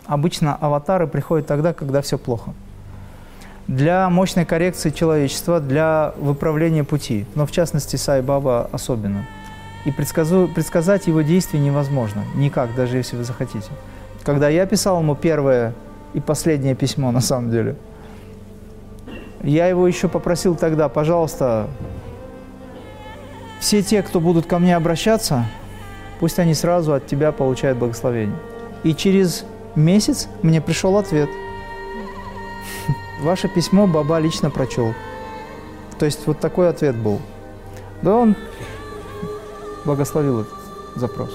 обычно аватары приходят тогда, когда все плохо. Для мощной коррекции человечества, для выправления пути, но в частности Сай Баба особенно. И предсказать его действия невозможно, никак, даже если вы захотите. Когда я писал ему первое и последнее письмо, на самом деле, я его еще попросил тогда: пожалуйста, все те, кто будут ко мне обращаться, пусть они сразу от тебя получают благословение. И через месяц мне пришел ответ. Ваше письмо Баба лично прочел. То есть вот такой ответ был. Да, он благословил этот запрос.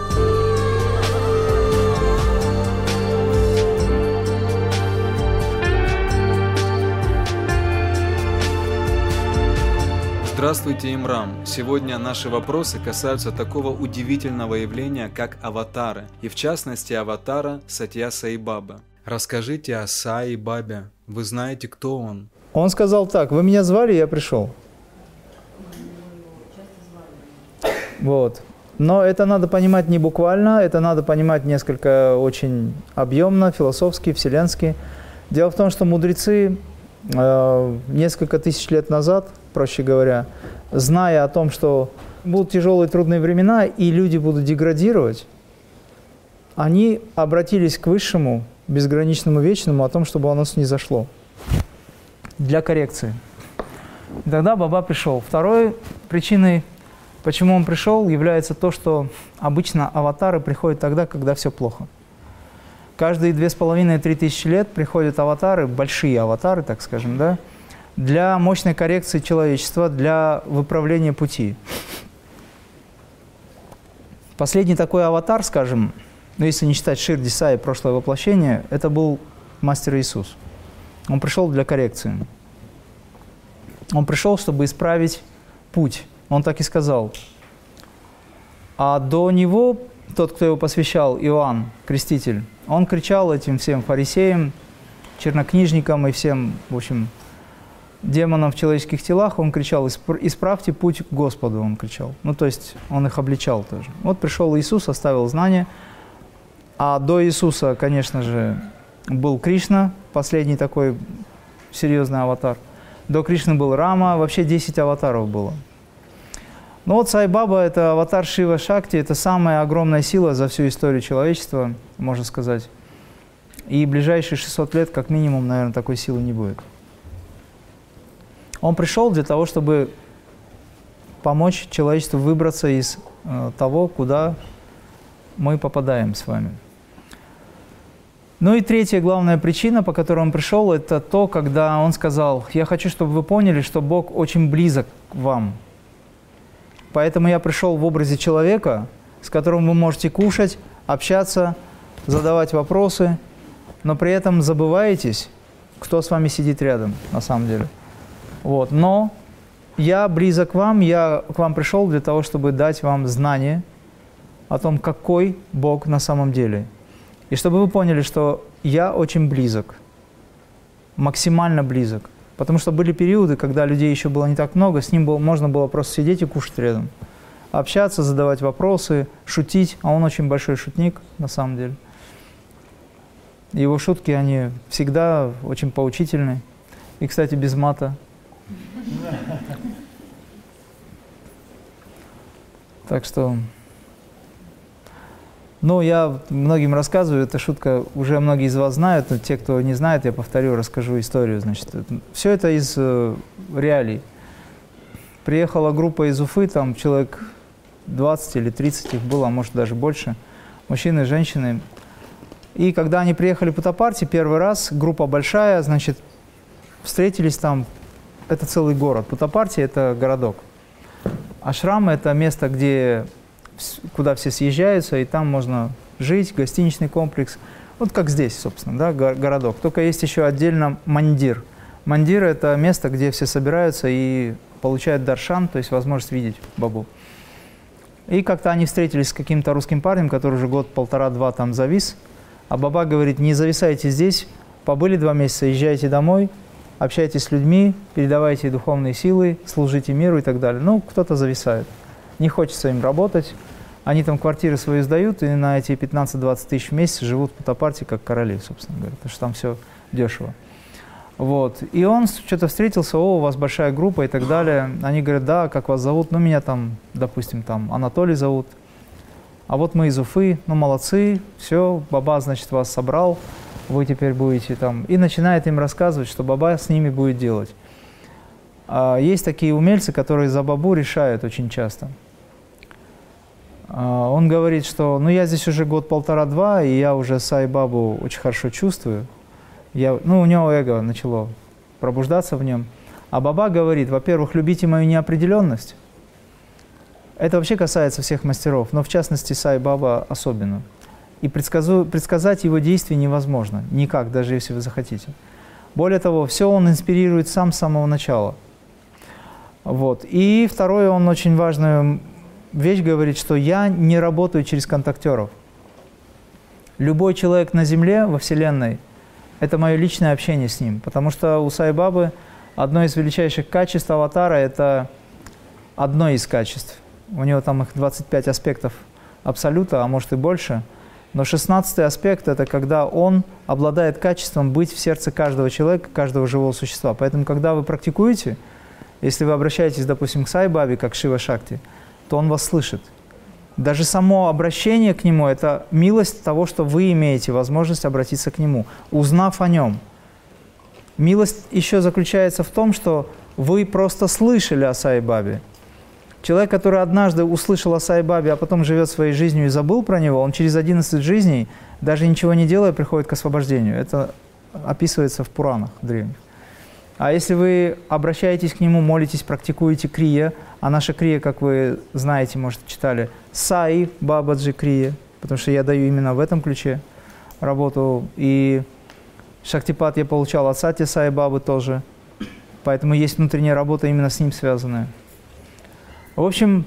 Здравствуйте, Имрам! Сегодня наши вопросы касаются такого удивительного явления, как аватары, и в частности аватара Сатья Сай Баба. Расскажите о Сай Бабе. Вы знаете, кто он? Он сказал так: вы меня звали, я пришел. Вот. Но это надо понимать не буквально, это надо понимать несколько очень объемно, философски, вселенски. Дело в том, что мудрецы несколько тысяч лет назад, проще говоря, зная о том, что будут тяжелые трудные времена и люди будут деградировать, они обратились к Высшему, безграничному, вечному, о том, чтобы оно снизошло для коррекции. И тогда Баба пришел. Второй причиной, почему он пришел, является то, что обычно аватары приходят тогда, когда все плохо. Каждые 2500–3 тысячи лет приходят аватары, большие аватары, так скажем, да, для мощной коррекции человечества, для выправления пути. Последний такой аватар, скажем, ну, если не считать Ширди Сай, прошлое воплощение, это был Мастер Иисус. Он пришел для коррекции. Он пришел, чтобы исправить путь. Он так и сказал. А до него, тот, кто его посвящал, Иоанн, Креститель, он кричал этим всем фарисеям, чернокнижникам и всем, в общем, демонам в человеческих телах, он кричал: «Исправьте путь к Господу», он кричал. Ну, то есть, он их обличал тоже. Вот пришел Иисус, оставил знания. А до Иисуса, конечно же, был Кришна, последний такой серьезный аватар. До Кришны был Рама, вообще 10 аватаров было. Ну вот Сай Баба – это аватар Шива Шакти, это самая огромная сила за всю историю человечества, можно сказать. И в ближайшие 600 лет, как минимум, наверное, такой силы не будет. Он пришел для того, чтобы помочь человечеству выбраться из того, куда мы попадаем с вами. Ну и третья главная причина, по которой он пришел, это то, когда он сказал: «Я хочу, чтобы вы поняли, что Бог очень близок к вам. Поэтому я пришел в образе человека, с которым вы можете кушать, общаться, задавать вопросы, но при этом забываетесь, кто с вами сидит рядом, на самом деле. Вот. Но я близок к вам, я к вам пришел для того, чтобы дать вам знание о том, какой Бог на самом деле. И чтобы вы поняли, что я очень близок, максимально близок. Потому что были периоды, когда людей еще было не так много, с ним можно было просто сидеть и кушать рядом. Общаться, задавать вопросы, шутить. А он очень большой шутник, на самом деле. Его шутки, они всегда очень поучительны. И, кстати, без мата. Так что... Ну, я многим рассказываю, эта шутка уже многие из вас знают, но те, кто не знает, я повторю, расскажу историю. Значит, все это из реалий. Приехала группа из Уфы, там человек 20 или 30 их было, а может даже больше, мужчины и женщины. И когда они приехали в Путапарти первый раз, группа большая, значит, встретились там, это целый город. Путапарти – это городок. Ашрам – это место, куда все съезжаются, и там можно жить, гостиничный комплекс. Вот как здесь, собственно, да, городок. Только есть еще отдельно мандир. Мандир – это место, где все собираются и получают даршан, то есть возможность видеть Бабу. И как-то они встретились с каким-то русским парнем, который уже год, полтора-два там завис. А Баба говорит: не зависайте здесь, побыли 2 месяца, езжайте домой, общайтесь с людьми, передавайте духовные силы, служите миру и так далее. Ну, кто-то зависает. Не хочется им работать, Они там квартиры свои сдают, и на эти 15-20 тысяч в месяц живут в Путапарте как короли, собственно говоря, потому что там все дешево. Вот. И он что-то встретился, о, у вас большая группа и так далее. Они говорят, да, как вас зовут? Ну, меня там, допустим, там Анатолий зовут. А вот мы из Уфы, ну, молодцы, все, Баба, значит, вас собрал, вы теперь будете там. И начинает им рассказывать, что Баба с ними будет делать. Есть такие умельцы, которые за Бабу решают очень часто. Он говорит, что ну я здесь уже год, полтора-два, и я уже Сай Бабу очень хорошо чувствую. У него эго начало пробуждаться в нем. А Баба говорит, во-первых, любите мою неопределенность. Это вообще касается всех мастеров, но в частности Сай Баба особенно. И предсказать его действия невозможно, никак, даже если вы захотите. Более того, все он инспирирует сам с самого начала. Вот. И второе, он очень важную вещь говорит, что я не работаю через контактеров. Любой человек на Земле, во Вселенной, это мое личное общение с ним. Потому что у Сай Бабы одно из величайших качеств аватара – это одно из качеств. У него там их 25 аспектов абсолюта, а может и больше. Но 16-й аспект – это когда он обладает качеством быть в сердце каждого человека, каждого живого существа. Поэтому, когда вы практикуете, если вы обращаетесь, допустим, к Сай Бабе, как Шива Шакти, то он вас слышит. Даже само обращение к нему – это милость того, что вы имеете возможность обратиться к нему, узнав о нем. Милость еще заключается в том, что вы просто слышали о Сай Бабе. Человек, который однажды услышал о Сай Бабе, а потом живет своей жизнью и забыл про него, он через 11 жизней, даже ничего не делая, приходит к освобождению. Это описывается в Пуранах древних. А если вы обращаетесь к нему, молитесь, практикуете крия, а наша крия, как вы знаете, может, читали, Сай Бабаджи крия, потому что я даю именно в этом ключе работу. И Шактипат я получал от Сати Сай Бабы тоже, поэтому есть внутренняя работа именно с ним связанная. В общем,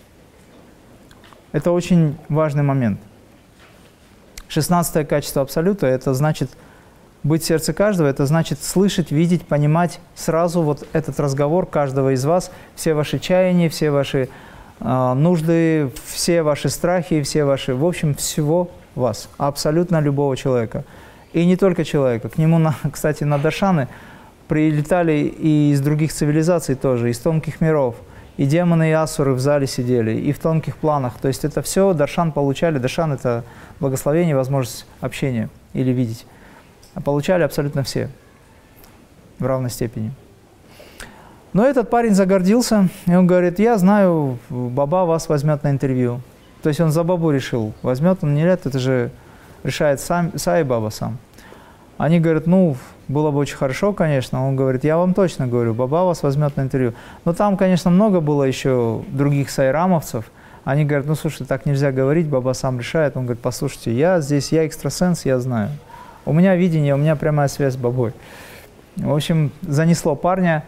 это очень важный момент. 16-е качество Абсолюта – это значит быть в сердце каждого, это значит слышать, видеть, понимать сразу вот этот разговор каждого из вас, все ваши чаяния, все ваши нужды, все ваши страхи, все ваши, в общем, всего вас, абсолютно любого человека. И не только человека. К нему, кстати, на Даршаны прилетали и из других цивилизаций тоже, из тонких миров. И демоны, и асуры в зале сидели, и в тонких планах. То есть это все Даршан получали. Даршан – это благословение, возможность общения или видеть. А получали абсолютно все в равной степени. Но этот парень загордился, и он говорит, я знаю, Баба вас возьмет на интервью. То есть он за Бабу решил, возьмет он, не нет, это же решает Сай Баба сам. Они говорят, ну, было бы очень хорошо, конечно. Он говорит, я вам точно говорю, Баба вас возьмет на интервью. Но там, конечно, много было еще других сайрамовцев. Они говорят, ну, слушай, так нельзя говорить, Баба сам решает. Он говорит, послушайте, я здесь, я экстрасенс, я знаю. У меня видение, у меня прямая связь с Бабой. В общем, занесло парня.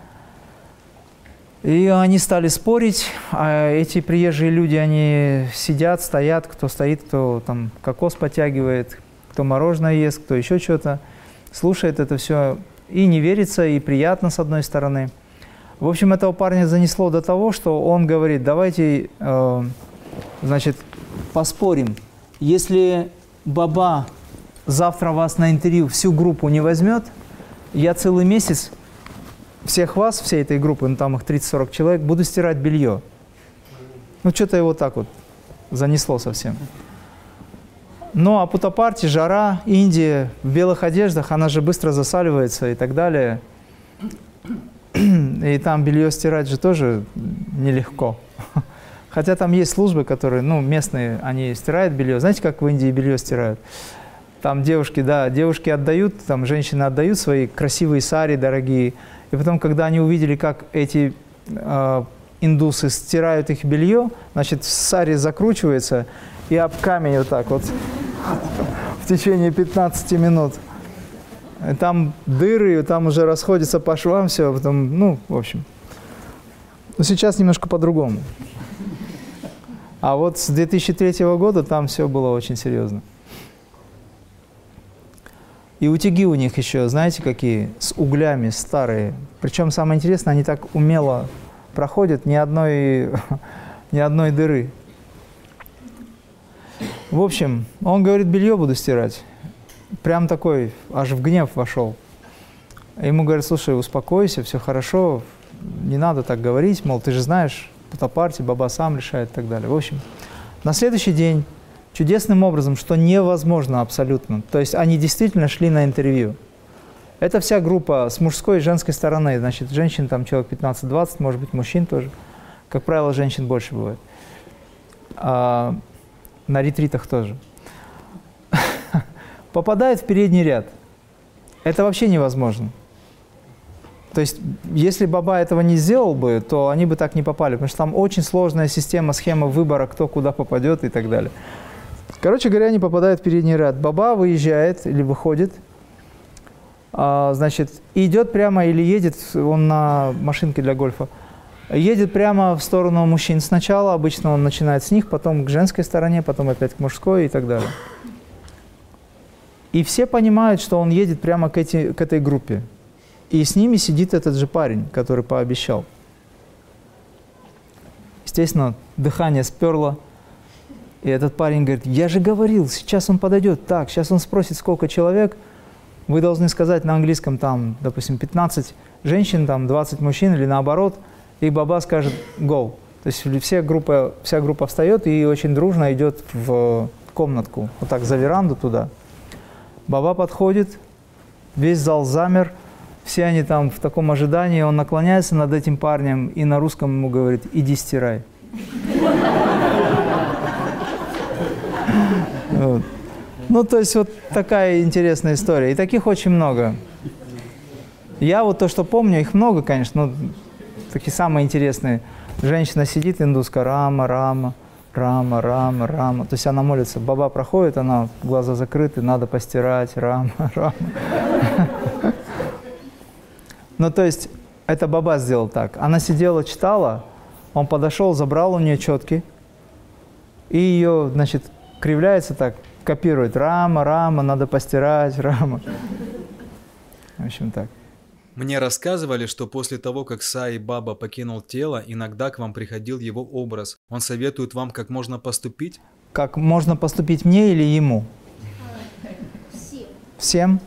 И они стали спорить, а эти приезжие люди, они сидят, стоят, кто стоит, кто там кокос подтягивает, кто мороженое ест, кто еще что-то. Слушает это все и не верится, и приятно с одной стороны. В общем, этого парня занесло до того, что он говорит, давайте, значит, поспорим. Если Баба завтра вас на интервью всю группу не возьмет, я целый месяц всех вас, всей этой группы, ну там их 30-40 человек, буду стирать белье. Ну что-то его так вот занесло совсем. Ну, а Путапарте, жара, Индия, в белых одеждах, она же быстро засаливается и так далее. И там белье стирать же тоже нелегко. Хотя там есть службы, которые, ну, местные, они стирают белье. Знаете, как в Индии белье стирают? Там девушки, да, девушки отдают, там женщины отдают свои красивые сари дорогие. И потом, когда они увидели, как эти индусы стирают их белье, значит, сари закручивается, и об камень вот так вот в течение 15 минут. И там дыры, там уже расходится по швам все, потом, ну, в общем. Но сейчас немножко по-другому. А вот с 2003 года там все было очень серьезно. И утюги у них еще, знаете, какие? С углями, старые. Причем самое интересное, они так умело проходят, ни одной дыры. В общем, он говорит, белье буду стирать. Прям такой, аж в гнев вошел. Ему говорят, слушай, успокойся, все хорошо, не надо так говорить, мол, ты же знаешь, Путапарти, Баба сам решает и так далее. В общем, на следующий день чудесным образом, что невозможно абсолютно, то есть они действительно шли на интервью. Это вся группа с мужской и женской стороны, значит, женщин там человек 15-20, может быть, мужчин тоже. Как правило, женщин больше бывает. На ретритах тоже. Попадает в передний ряд. Это вообще невозможно. То есть, если Баба этого не сделал бы, то они бы так не попали, потому что там очень сложная система, схема выбора, кто куда попадет и так далее. Короче говоря, они попадают в передний ряд. Баба выезжает или выходит, значит, идет прямо или едет, он на машинке для гольфа, едет прямо в сторону мужчин сначала, обычно он начинает с них, потом к женской стороне, потом опять к мужской и так далее. И все понимают, что он едет прямо к этой группе. И с ними сидит этот же парень, который пообещал. Естественно, дыхание сперло. И этот парень говорит, я же говорил, сейчас он подойдет. Так, сейчас он спросит, сколько человек. Вы должны сказать на английском, там, допустим, 15 женщин, там, 20 мужчин или наоборот. И Баба скажет «go». То есть вся группа встает и очень дружно идет в комнатку, вот так за веранду туда. Баба подходит, весь зал замер. Все они там в таком ожидании, он наклоняется над этим парнем и на русском ему говорит «иди стирай». Вот. Ну, то есть вот такая интересная история. И таких очень много. Я вот то, что помню, их много, конечно, но такие самые интересные. Женщина сидит, индуска, рама, рама, рама, рама, рама. То есть она молится, Баба проходит, она, глаза закрыты, надо постирать, рама, рама. Ну, то есть, это Баба сделал так. Она сидела, читала, он подошел, забрал у нее четки, и ее, значит, кривляется так, копирует. Рама, рама, надо постирать, рама. В общем, так. Мне рассказывали, что после того, как Сай Баба покинул тело, иногда к вам приходил его образ. Он советует вам, как можно поступить? Как можно поступить мне или ему? Всем. Всем?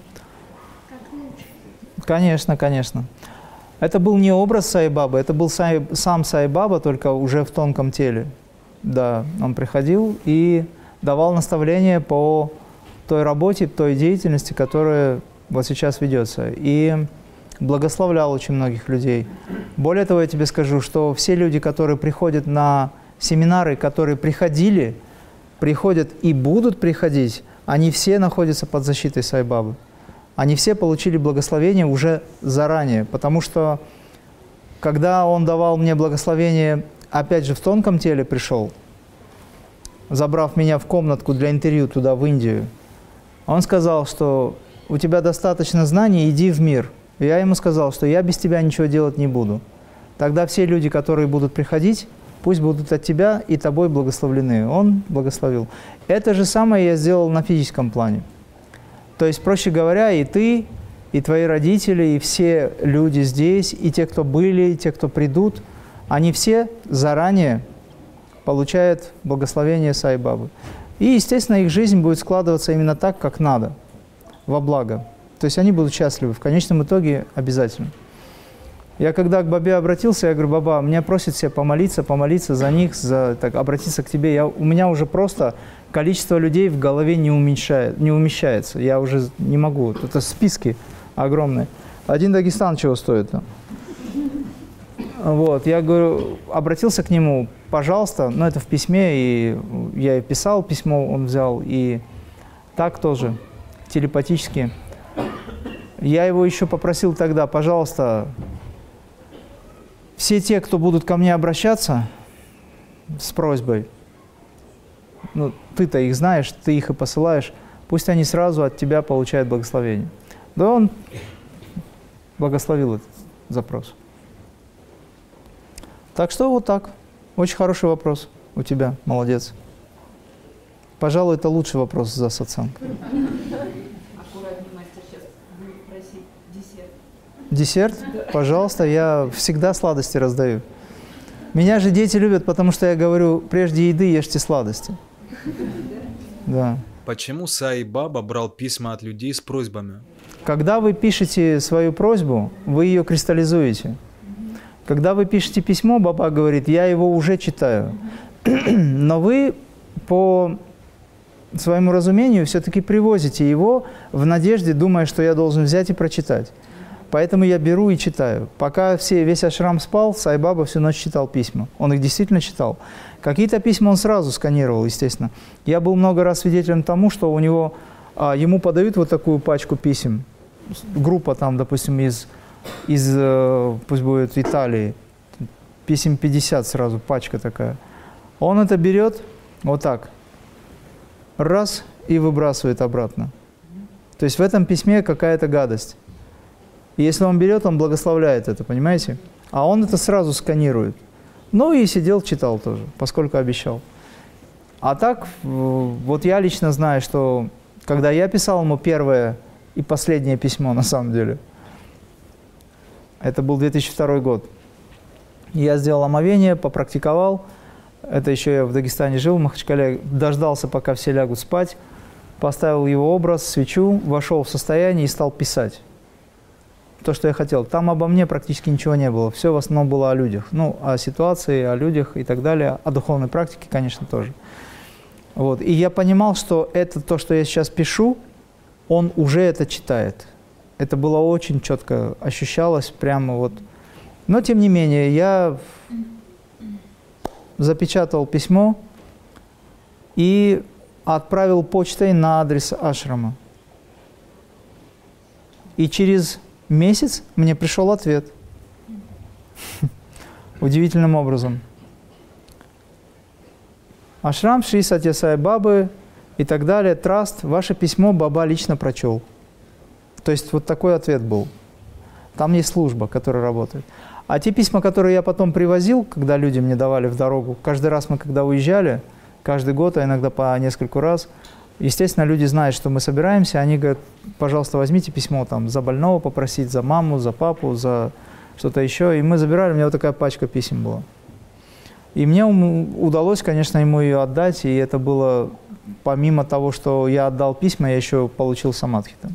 Конечно, конечно. Это был не образ Сай Бабы, это был сам Сай Баба, только уже в тонком теле. Да, он приходил и давал наставления по той работе, той деятельности, которая вот сейчас ведется. И благословлял очень многих людей. Более того, я тебе скажу, что все люди, которые приходят на семинары, которые приходили, приходят и будут приходить, они все находятся под защитой Сай Бабы. Они все получили благословение уже заранее, потому что, когда он давал мне благословение, опять же, в тонком теле пришел, забрав меня в комнатку для интервью туда, в Индию, он сказал, что у тебя достаточно знаний, иди в мир. И я ему сказал, что я без тебя ничего делать не буду. Тогда все люди, которые будут приходить, пусть будут от тебя и тобой благословлены. Он благословил. Это же самое я сделал на физическом плане. То есть, проще говоря, и ты, и твои родители, и все люди здесь, и те, кто были, и те, кто придут, они все заранее получают благословение Сай Бабы. И, естественно, их жизнь будет складываться именно так, как надо, во благо. То есть они будут счастливы, в конечном итоге обязательно. Я когда к Бабе обратился, я говорю, Баба, меня просят все помолиться за них, обратиться к тебе. У меня уже просто количество людей в голове не умещается. Я уже не могу. Это списки огромные. Один Дагестан чего стоит? Вот, я говорю, обратился к нему, пожалуйста, но это в письме, и я писал письмо, он взял, и так тоже, телепатически. Я его еще попросил тогда, пожалуйста, все те, кто будут ко мне обращаться с просьбой, ну, ты-то их знаешь, ты их и посылаешь, пусть они сразу от тебя получают благословение. Да он благословил этот запрос. Так что вот так. Очень хороший вопрос у тебя, молодец. Пожалуй, это лучший вопрос за сатсанг. Аккуратнее, мастер, сейчас будет просить десерт. Десерт? Пожалуйста, я всегда сладости раздаю. Меня же дети любят, потому что я говорю, прежде еды ешьте сладости. Да. Почему Сай Баба брал письма от людей с просьбами? Когда вы пишете свою просьбу, вы ее кристаллизуете. Когда вы пишете письмо, Баба говорит, я его уже читаю. Но вы по своему разумению все-таки привозите его в надежде, думая, что я должен взять и прочитать. Поэтому я беру и читаю. Пока весь ашрам спал, Сай Баба всю ночь читал письма. Он их действительно читал. Какие-то письма он сразу сканировал, естественно. Я был много раз свидетелем тому, что у него, ему подают вот такую пачку писем. Группа там, допустим, из пусть будет Италии. Писем 50 сразу, пачка такая. Он это берет вот так. Раз, и выбрасывает обратно. То есть в этом письме какая-то гадость. И если он берет, он благословляет это, понимаете? А он это сразу сканирует. Ну и сидел, читал тоже, поскольку обещал. А так, вот я лично знаю, что когда я писал ему первое и последнее письмо, на самом деле, это был 2002 год, я сделал омовение, попрактиковал. Это еще я в Дагестане жил, в Махачкале, дождался, пока все лягут спать, поставил его образ, свечу, вошел в состояние и стал писать. То, что я хотел. Там обо мне практически ничего не было. Все в основном было о людях. Ну, о ситуации, о людях и так далее. О духовной практике, конечно, тоже. Вот. И я понимал, что это то, что я сейчас пишу, он уже это читает. Это было очень четко, ощущалось прямо вот. Но, тем не менее, я запечатал письмо и отправил почтой на адрес ашрама. И через месяц мне пришел ответ. Удивительным образом. Ашрам Шри Сатья Сай Бабы и так далее, траст, ваше письмо Баба лично прочел. То есть вот такой ответ был. Там есть служба, которая работает. А те письма, которые я потом привозил, когда люди мне давали в дорогу, каждый раз мы, когда уезжали, каждый год, а иногда по нескольку раз, естественно, люди знают, что мы собираемся, они говорят, пожалуйста, возьмите письмо там за больного попросить, за маму, за папу, за что-то еще. И мы забирали, у меня вот такая пачка писем была. И мне удалось, конечно, ему ее отдать, и это было, помимо того, что я отдал письма, я еще получил самадхи там.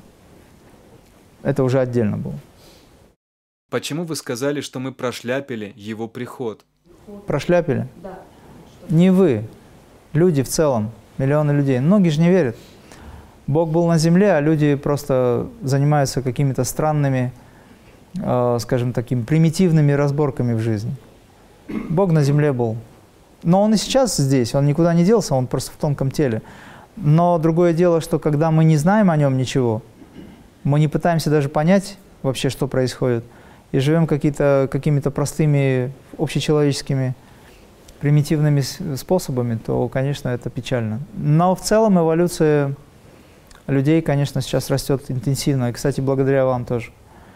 Это уже отдельно было. Почему вы сказали, что мы прошляпили его приход? Прошляпили? Да. Не вы, люди в целом, миллионы людей. Многие же не верят. Бог был на земле, а люди просто занимаются какими-то странными, скажем, такими примитивными разборками в жизни. Бог на земле был. Но Он и сейчас здесь, Он никуда не делся, Он просто в тонком теле. Но другое дело, что когда мы не знаем о Нем ничего, мы не пытаемся даже понять вообще, что происходит, и живем какими-то простыми, общечеловеческими, примитивными способами, то, конечно, это печально. Но в целом эволюция людей, конечно, сейчас растет интенсивно. И, кстати, благодаря вам тоже.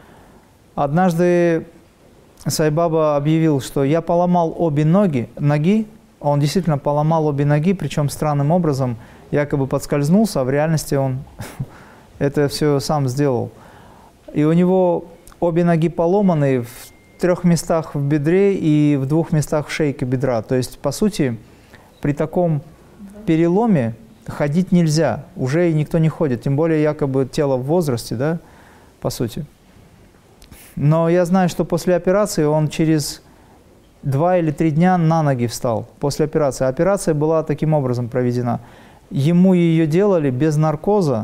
Однажды Сай Баба объявил, что я поломал обе ноги. Он действительно поломал обе ноги, причем странным образом, якобы подскользнулся, а в реальности он это все сам сделал. И у него обе ноги поломаны в 3 местах в бедре и в 2 местах в шейке бедра. То есть, по сути, при таком переломе ходить нельзя. Уже и никто не ходит. Тем более, якобы, тело в возрасте, да, по сути. Но я знаю, что после операции он через 2 или 3 дня на ноги встал. После операции. Операция была таким образом проведена. Ему ее делали без наркоза,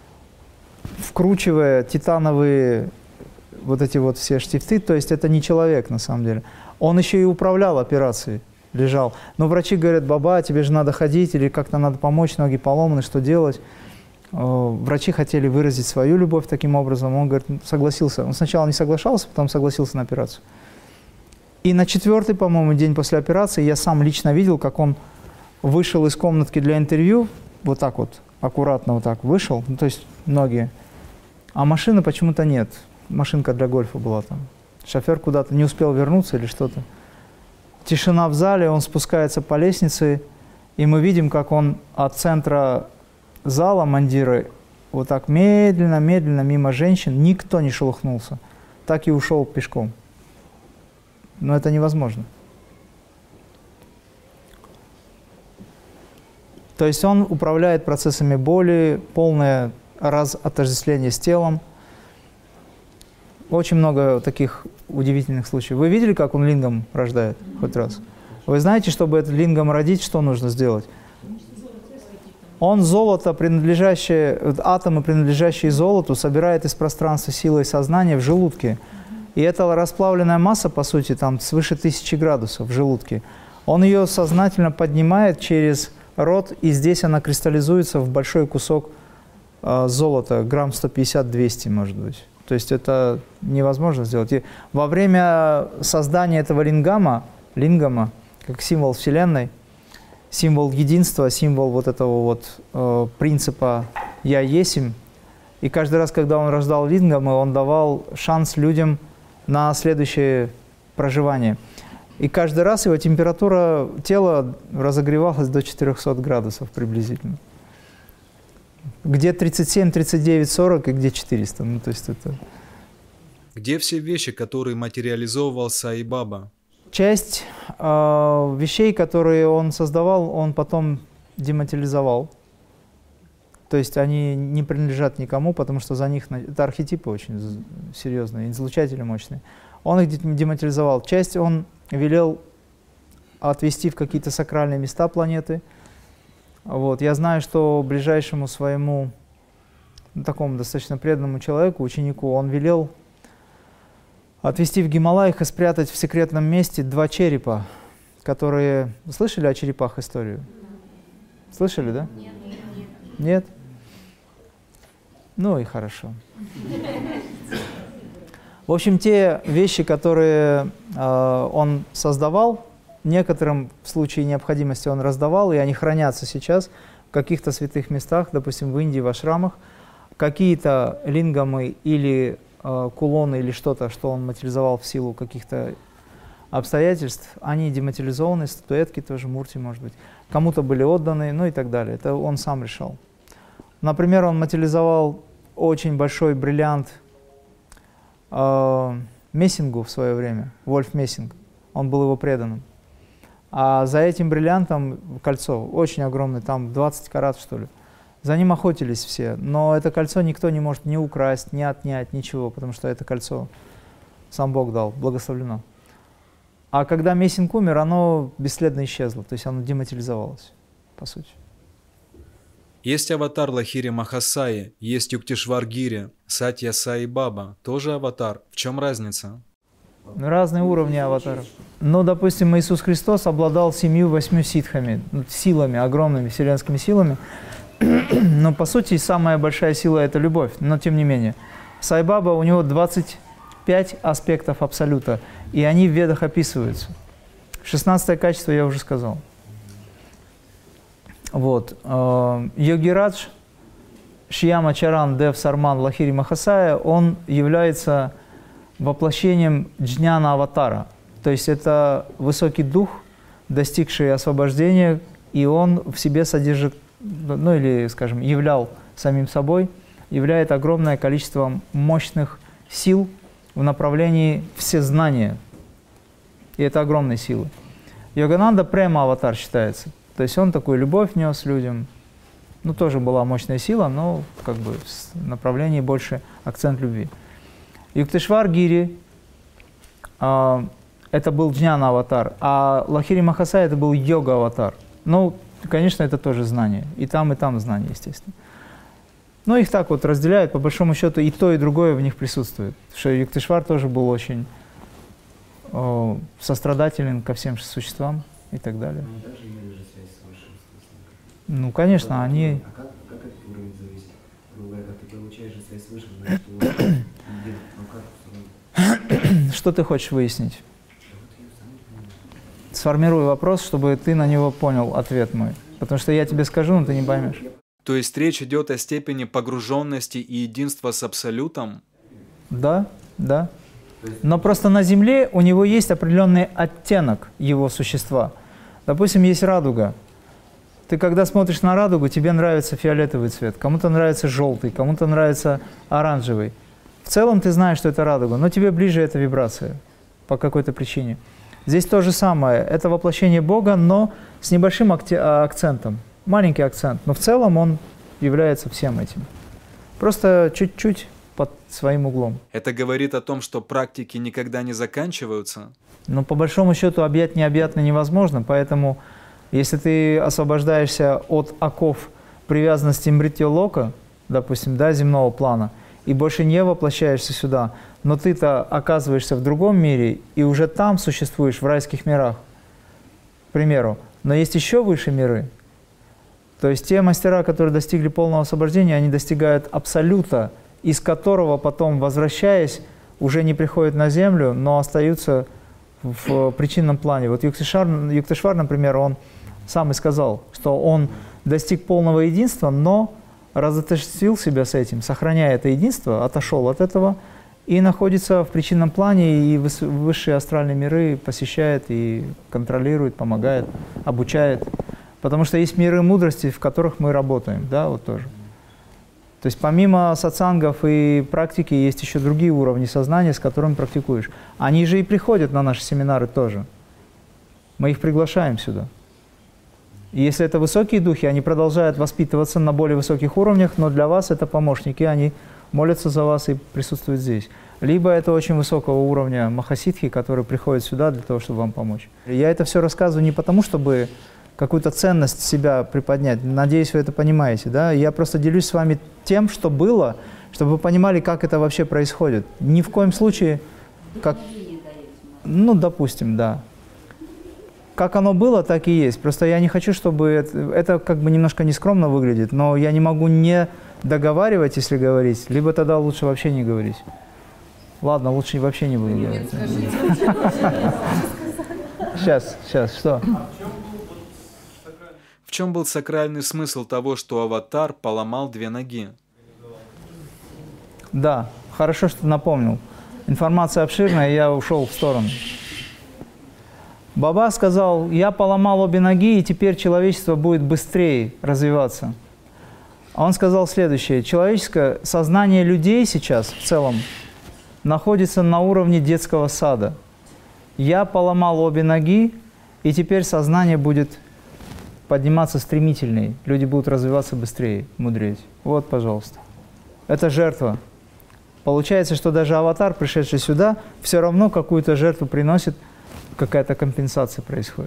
вкручивая титановые вот эти вот все штифты, то есть это не человек на самом деле. Он еще и управлял операцией, лежал. Но врачи говорят, Баба, тебе же надо ходить или как-то надо помочь, ноги поломаны, что делать? Врачи хотели выразить свою любовь таким образом, он говорит, согласился. Он сначала не соглашался, потом согласился на операцию. И на 4-й, по-моему, день после операции я сам лично видел, как он вышел из комнатки для интервью, вот так вот, аккуратно вот так вышел, ну, то есть ноги, а машины почему-то нет. Машинка для гольфа была там. Шофер куда-то не успел вернуться или что-то. Тишина в зале, он спускается по лестнице, и мы видим, как он от центра зала мандиры вот так медленно мимо женщин, никто не шелохнулся. Так и ушел пешком. Но это невозможно. То есть он управляет процессами боли, полное отождествление с телом. Очень много таких удивительных случаев. Вы видели, как он лингам рождает хоть раз? Вы знаете, чтобы этот лингам родить, что нужно сделать? Он золото, атомы, принадлежащие золоту, собирает из пространства силой сознания в желудке. И эта расплавленная масса, по сути, там свыше 1000 градусов в желудке. Он ее сознательно поднимает через рот, и здесь она кристаллизуется в большой кусок золота, грамм 150-200, может быть. То есть это невозможно сделать. И во время создания этого лингама, как символ Вселенной, символ единства, символ вот этого вот принципа «Я есмь». И каждый раз, когда он рождал лингамы, он давал шанс людям на следующее проживание. И каждый раз его температура тела разогревалась до 400 градусов приблизительно. Где 37, 39, 40 и где 400. Ну, то есть это... Где все вещи, которые материализовывал Саи-Баба? Часть вещей, которые он создавал, он потом дематериализовал. То есть они не принадлежат никому, потому что за них... Это архетипы очень серьезные, излучатели мощные. Он их дематериализовал. Часть он велел отвести в какие-то сакральные места планеты. Вот. Я знаю, что ближайшему своему, такому достаточно преданному человеку, ученику, он велел отвезти в Гималаях и спрятать в секретном месте 2 черепа, которые... Слышали о черепах историю? Слышали, да? Нет? Ну и хорошо. В общем, те вещи, которые он создавал, некоторым в случае необходимости он раздавал, и они хранятся сейчас в каких-то святых местах, допустим, в Индии, в ашрамах. Какие-то лингамы или кулоны или что-то, что он материализовал в силу каких-то обстоятельств, они дематериализованы, статуэтки тоже, мурти, может быть, кому-то были отданы, ну и так далее. Это он сам решал. Например, он материализовал очень большой бриллиант Мессингу в свое время, Вольф Мессинг. Он был его преданным. А за этим бриллиантом кольцо, очень огромное, там 20 карат, что ли. За ним охотились все, но это кольцо никто не может ни украсть, ни отнять, ничего, потому что это кольцо сам Бог дал, благословлено. А когда Мессинг умер, оно бесследно исчезло, то есть оно дематериализовалось, по сути. Есть аватар Лахири Махасаи, есть Юктишвар Гири, Сатья Саи-Баба, тоже аватар. В чем разница? Разные уровни аватаров. Ну, допустим, Иисус Христос обладал 7-8 ситхами, силами, огромными вселенскими силами. Но, по сути, самая большая сила – это любовь. Но, тем не менее, Саи-Баба, у него 25 аспектов Абсолюта, и они в Ведах описываются. 16-е качество я уже сказал. Вот. Йогирадж, Шьяма Чаран, Дев Сарман, Лахири Махасая, он является воплощением джняна аватара. То есть это высокий дух, достигший освобождения, и он в себе содержит, ну или, скажем, являл самим собой, являет огромное количество мощных сил в направлении всезнания. И это огромные силы. Йогананда према аватар считается. То есть он такую любовь нес людям. Ну, тоже была мощная сила, но как бы в направлении больше акцент любви. Юктишвар Гири это был джняна аватар, а Лахири Махасая это был йога аватар. Ну, конечно, это тоже знание. И там знание, естественно. Но их так вот разделяют, по большому счету, и то, и другое в них присутствует. Потому что Юктишвар тоже был очень сострадателен ко всем существам и так далее. Ну, конечно, они... А как этот уровень зависит? Ты получаешь же связь с высшим, значит, Что ты хочешь выяснить? Сформируй вопрос, чтобы ты на него понял ответ мой. Потому что я тебе скажу, но ты не поймешь. То есть речь идет о степени погруженности и единства с Абсолютом? Да, да. Но просто на Земле у него есть определенный оттенок его существа. Допустим, есть радуга. Ты когда смотришь на радугу, тебе нравится фиолетовый цвет, кому-то нравится желтый, кому-то нравится оранжевый. В целом ты знаешь, что это радуга, но тебе ближе эта вибрация по какой-то причине. Здесь то же самое. Это воплощение Бога, но с небольшим акцентом. Маленький акцент, но в целом он является всем этим. Просто чуть-чуть под своим углом. Это говорит о том, что практики никогда не заканчиваются? Но по большому счету объять необъятно невозможно, поэтому если ты освобождаешься от оков привязанности мритья-лока, допустим, да, земного плана, и больше не воплощаешься сюда, но ты-то оказываешься в другом мире и уже там существуешь, в райских мирах, к примеру. Но есть еще выше миры. То есть те мастера, которые достигли полного освобождения, они достигают абсолюта, из которого потом, возвращаясь, уже не приходят на землю, но остаются в причинном плане. Вот Юктешвар, например, он сам и сказал, что он достиг полного единства, но разотождествил себя с этим, сохраняя это единство, отошел от этого и находится в причинном плане, и высшие астральные миры посещает и контролирует, помогает, обучает. Потому что есть миры мудрости, в которых мы работаем, да, вот тоже. То есть помимо сатсангов и практики есть еще другие уровни сознания, с которыми практикуешь. Они же и приходят на наши семинары тоже. Мы их приглашаем сюда. И если это высокие духи, они продолжают воспитываться на более высоких уровнях, но для вас это помощники, они молятся за вас и присутствуют здесь. Либо это очень высокого уровня махасидхи, которые приходят сюда для того, чтобы вам помочь. Я это все рассказываю не потому, чтобы какую-то ценность себя приподнять. Надеюсь, вы это понимаете, да? Я просто делюсь с вами тем, что было, чтобы вы понимали, как это вообще происходит. Ни в коем случае, как... Ну, допустим, да. Как оно было, так и есть. Просто я не хочу, чтобы... Это как бы немножко нескромно выглядит, но я не могу не договаривать, если говорить, либо тогда лучше вообще не говорить. Ладно, лучше вообще не буду говорить. Сейчас, что? В чем был сакральный смысл того, что аватар поломал 2 ноги? Да, хорошо, что напомнил. Информация обширная, я ушел в сторону. Баба сказал, я поломал обе ноги, и теперь человечество будет быстрее развиваться. А он сказал следующее. Человеческое сознание людей сейчас в целом находится на уровне детского сада. Я поломал обе ноги, и теперь сознание будет подниматься стремительнее. Люди будут развиваться быстрее, мудреть. Вот, пожалуйста. Это жертва. Получается, что даже аватар, пришедший сюда, все равно какую-то жертву приносит, какая-то компенсация происходит.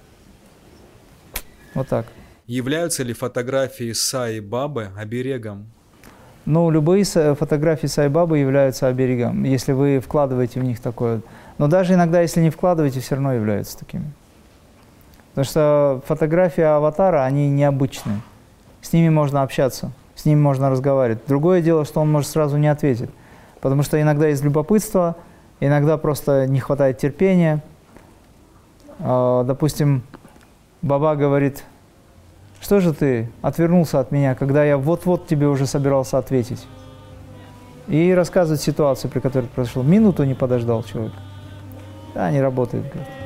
Вот так. Являются ли фотографии Саи Бабы оберегом? Ну, любые фотографии Саи Бабы являются оберегом, если вы вкладываете в них такое. Но даже иногда, если не вкладываете, все равно являются такими. Потому что фотографии аватара, они необычные. С ними можно общаться, с ними можно разговаривать. Другое дело, что он может сразу не ответить. Потому что иногда из любопытства, иногда просто не хватает терпения. Допустим, Баба говорит, что же ты отвернулся от меня, когда я вот-вот тебе уже собирался ответить. И рассказывает ситуацию, при которой произошло. Минуту не подождал человек. Да, не работает, говорит.